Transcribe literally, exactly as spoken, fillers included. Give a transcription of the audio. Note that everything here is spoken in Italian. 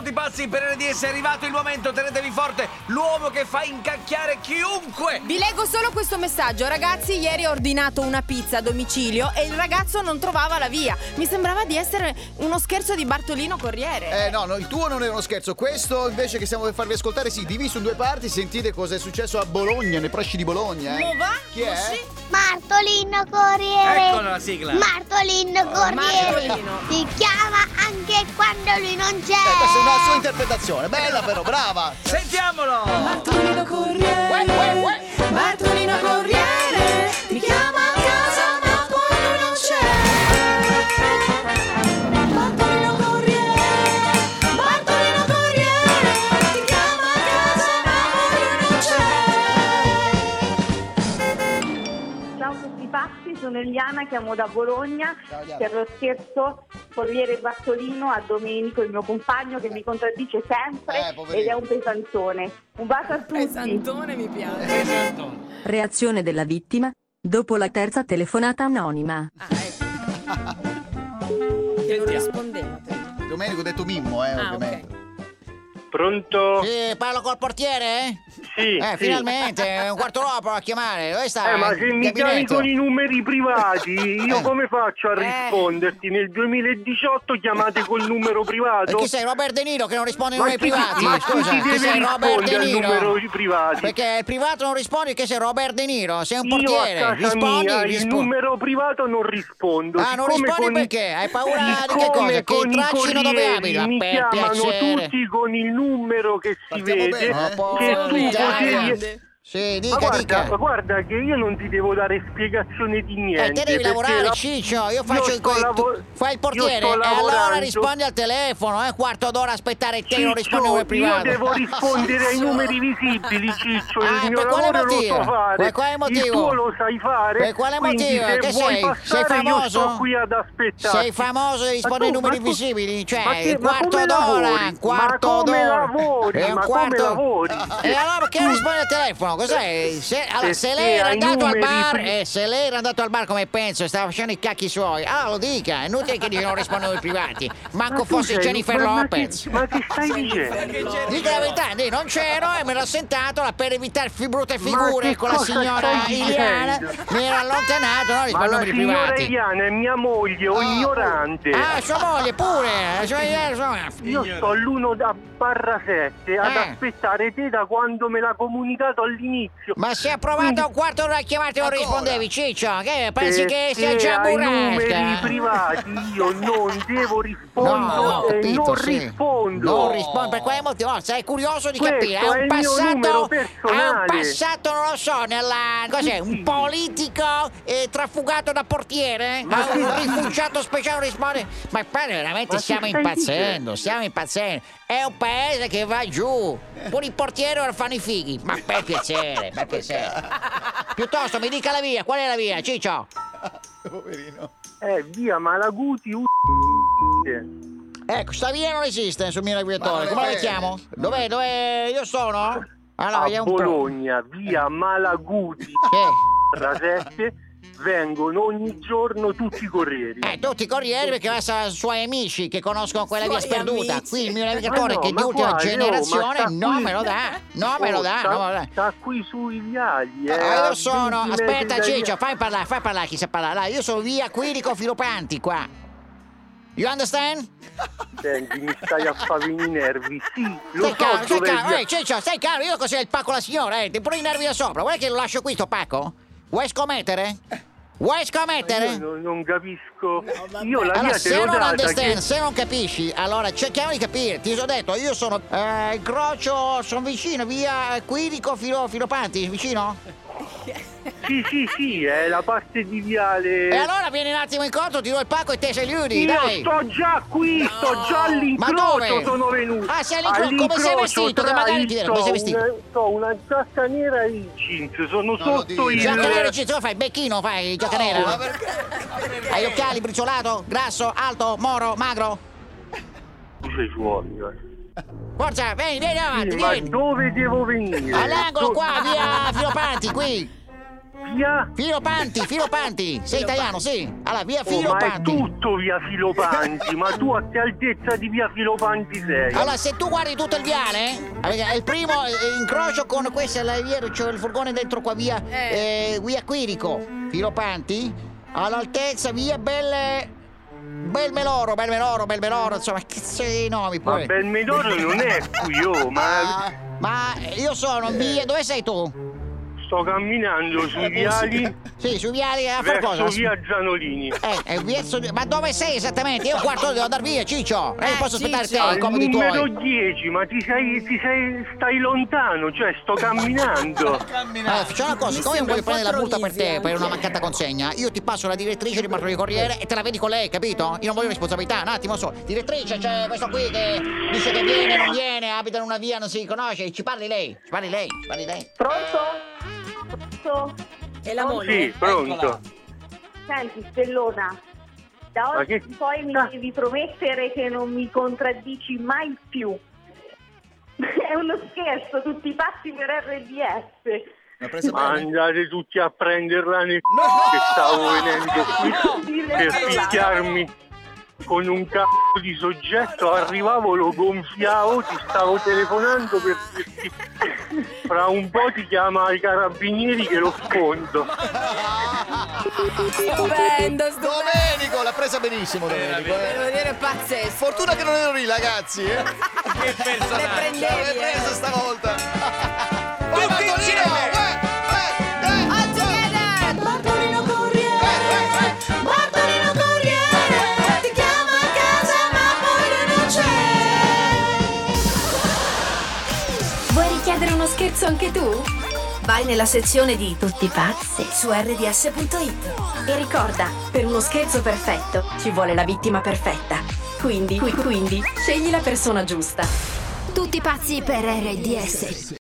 tutti pazzi per R D S, è arrivato il momento, tenetevi forte, l'uomo che fa incacchiare chiunque. Vi leggo solo questo messaggio. Ragazzi, ieri ho ordinato una pizza a domicilio e il ragazzo non trovava la via. Mi sembrava di essere uno scherzo di Bartolino Corriere. Eh no, no, il tuo non è uno scherzo. Questo invece che stiamo per farvi ascoltare, sì, diviso in due parti. Sentite cosa è successo a Bologna, nei pressi di Bologna. Eh. Mo va? Chi è? Sì. Martolino Corriere. Eccola la sigla. Martolino Corriere. Martolino. Ti chiama anche quando lui non c'è. Eh, questa è una sua interpretazione. Bella però, brava. Sentiamolo. Bartolino Corriere. Uè, uè, uè. Bartolino Corriere. Ti chiama a casa ma poi lui non c'è. Bartolino Corriere. Bartolino Corriere. Ti chiama a casa ma poi lui non c'è. Ciao a tutti pazzi, sono Eliana, chiamo da Bologna. Ciao, Eliana. Per lo scherzo Corriere Bartolino a Domenico, il mio compagno che mi contraddice sempre Eh, poverino. ed è un pesantone. Un bacio a tutti. Pesantone mi piace. Reazione della vittima dopo la terza telefonata anonima. Ah, ecco. Che non rispondeva. Domenico ho detto Mimmo, eh, Ah, ovviamente. Pronto? Sì, parlo col portiere? Sì, Eh, sì. finalmente, un quarto d'ora provo a chiamare. Dove sta? Eh, ma Il se mi chiami gabinetto? con i numeri privati, io come faccio a risponderti? Nel duemiladiciotto chiamate col numero E privato? chi sei, Robert De Niro che non risponde ai Ma numeri chi, privati? ma chi Scusa, ti chi deve sei, Robert De rispondere al numero Niro? privati? Perché il privato non rispondi, che sei Robert De Niro, sei un Io a portiere. casa Rispondi, mia il rispondi. numero privato non rispondo. Ah, non Siccome rispondi con i- perché? Hai paura di che siccome cosa? Che con i tracino dove corrieri abiti? Ma mi per chiamano piacere. tutti con il numero che si Partiamo vede, bene. Ma che poi, tu Italia. potevi... Sì, Ma dica, guarda, dica. guarda che io non ti devo dare spiegazione di niente. Eh, te devi perché lavorare, la- Ciccio. Io faccio io il sto co- lavo- tu fai il portiere io sto e allora lavorando. rispondi al telefono, eh? Quarto d'ora aspettare te, non rispondi Ciccio, come privato. io devo rispondere ai numeri visibili, Ciccio. Ah, il mio per quale lavoro motivo? lo so fare. Per quale motivo? Il tuo lo sai fare. Per quale quindi motivo? Se Che vuoi sei? passare, Sei io famoso? sto qui ad aspettare. Sei famoso e rispondi ai Ma tu- numeri ma tu- visibili? Cioè, ma che- il ma quarto come d'ora, lavori? quarto ma come d'ora. lavori? È un Ma come quarto- lavori? E allora perché non rispondi al telefono? Cos'è? Se, allora, se Perché lei era ai andato al numeri bar, pri- e se lei era andato al bar come penso e stava facendo i cacchi suoi, allora lo dica, è inutile che dica che non rispondono ai privati. Manco Ma tu fosse sei- Jennifer ma- ma Lopez. che- Ma che stai dicendo? Dica la verità, dì, non c'ero e me l'ho sentato per evitare fi- brutte figure che con la cosa signora stai Iliana. dicendo? Mi ero allontanato, no? Ma Rispondo ai la numeri signora privati. Eliana è mia moglie, o ignorante. Ah, sua moglie pure! Cioè, sua- Io sto all'uno da barra sette ad Eh. aspettare te da quando me l'ha comunicato all'inizio. Ma se ha provato un quarto d'ora a chiamarti e non Ancora? rispondevi, Ciccio? Che pensi che sia Perché già ai numeri burrasca? privati io non devo No, rispondere no, ho e capito, non sì. rispondo. Non rispondo, per quale motivo? No, sei curioso di Questo capire? È è un il mio passato. numero È un personale. passato, non lo so, nella. Cos'è? Un Sì. politico eh, trafugato da portiere? Ma Ah, un che- rifugiato speciale non risponde. Ma pare veramente Ma che stiamo stai impazzendo, dicendo? stiamo impazzendo. È un paese che va giù. Pure i portieri ora fanno i fighi. Ma per piacere, per piacere. Piuttosto mi dica la via, qual è la via, Ciccio? Poverino. Eh, via Malaguti. u- Ecco, sta via non esiste sul mio Ma navigatore. non è Come la vero. chiamo? Dov'è? Dove io sono? Allora, A vediamo un po'. Bologna, via Malaguti Sì. barra sette, vengono ogni giorno tutti i corrieri. Eh, tutti i corrieri perché va ai suoi amici che conoscono quella via Suoi sperduta. amici. Qui il mio navigatore Ma no, che è di ma ultima quale? Oh, ma generazione sta non qui- me lo dà. Non me lo Oh, dà, sta, non me lo dà. sta qui sui viali. Eh, Ah, a io sono, venti metri aspetta da Ciccio, via. fai parlare, fai parlare chi sa parlare. Dai, io sono via Quirico Filopanti qua. You understand? Senti, mi stai a fare venire i nervi. Sì, lo Stai so calmo, stai dove è calmo, via- ehi Ciccio, stai calmo, io così il pacco la signora, eh, ti pure i nervi da sopra. Guarda che lo lascio qui sto pacco. Vuoi scommettere? Vuoi scommettere? Io non, non capisco. Io la Allora, via te se l'ho non data. understand, Che... se non capisci, allora cerchiamo di capire. Ti ho detto, io sono eh, incrocio, sono vicino, via Quirico Filo, Filopanti, vicino? Sì, sì, sì, è la parte di viale. E allora vieni un attimo incontro, ti do il pacco e te sei chiudi, Io dai. sto già qui, sto già Ma all'incrocio, dove? sono venuto. Ah, sei all'incrocio, come sei vestito? Che tra magari il- ti vedo, come sei so vestito? Una, so una giacca nera e i jeans, sono lo sotto dire. il... Giacca nera, ci tu fai becchino, fai giacca Ma nera. perché? Hai gli occhiali, briciolato, grasso, alto, moro, magro. Dice i suoni, eh. Forza, vieni, vieni avanti, Sì, ma vieni. dove devo venire? All'angolo Do- qua, via Filopanti, qui. via? Filopanti, Filopanti. Sei italiano, sì. Allora, via Oh, ma è Filopanti. tutto via Filopanti, ma tu a che altezza di via Filopanti sei? Allora, se tu guardi tutto il viale, eh, è il primo eh, incrocio con questa è la via, c'è il furgone dentro qua via eh, via Quirico, Filopanti, all'altezza via Belle Belmeloro, Belmeloro, Belmeloro, insomma, che sei i nomi Ma poi. Belmedoro non è qui, oh, ma Ah, ma io sono in via, dove sei tu? sto camminando sui viali Sì, sui viali a fare verso cosa? via Gianolini. Eh, eh, via Su- ma dove sei esattamente? Io un quarto d'ora devo andare via, Ciccio. Eh, Eh, posso aspettare te, Ciccio. i Al comodi numero tuoi. dieci, ma ti sei, ti sei, stai lontano, cioè sto camminando. Allora, facciamo una cosa, Mi siccome io sembra voglio un po' prendere la multa per te Troisi per una anche. mancata consegna, io ti passo la direttrice di Marco di Corriere e te la vedi con lei, capito? Io non voglio responsabilità, un attimo solo. Direttrice, c'è questo qui che dice che viene, non viene, abita in una via, non si conosce, ci parli lei, ci parli lei, ci parli lei. Pronto? Pronto? E la moglie? Sì, pronto. Senti, Stellona, da Ma oggi che- in poi mi Ah. devi promettere che non mi contraddici mai più. È uno scherzo, tutti pazzi per R D S. L'ha presa Ma bene? andate tutti a prenderla nel c***o che stavo venendo qui per picchiarmi con un c***o di soggetto, arrivavo, lo gonfiavo, ti stavo telefonando per dirti fra un po' ti chiama i carabinieri che lo sfondo. Stupendo, stupendo. Domenico, l'ha presa benissimo Domenico. eh. Devo dire pazzesco. Fortuna che non ero lì, ragazzi. Eh. Che Le personaggio. prendevi, L'avete eh. presa stavolta. Vai, Tutti Bartolino! insieme! Eh, eh, eh. All together! Bartolino Corriere, Bartolino Corriere, ti chiama a casa ma poi lui non c'è. Vuoi richiedere uno scherzo anche tu? Vai nella sezione di Tutti pazzi su erre di esse punto it e ricorda, per uno scherzo perfetto ci vuole la vittima perfetta. Quindi, qui- quindi, scegli la persona giusta. Tutti pazzi per erre di esse.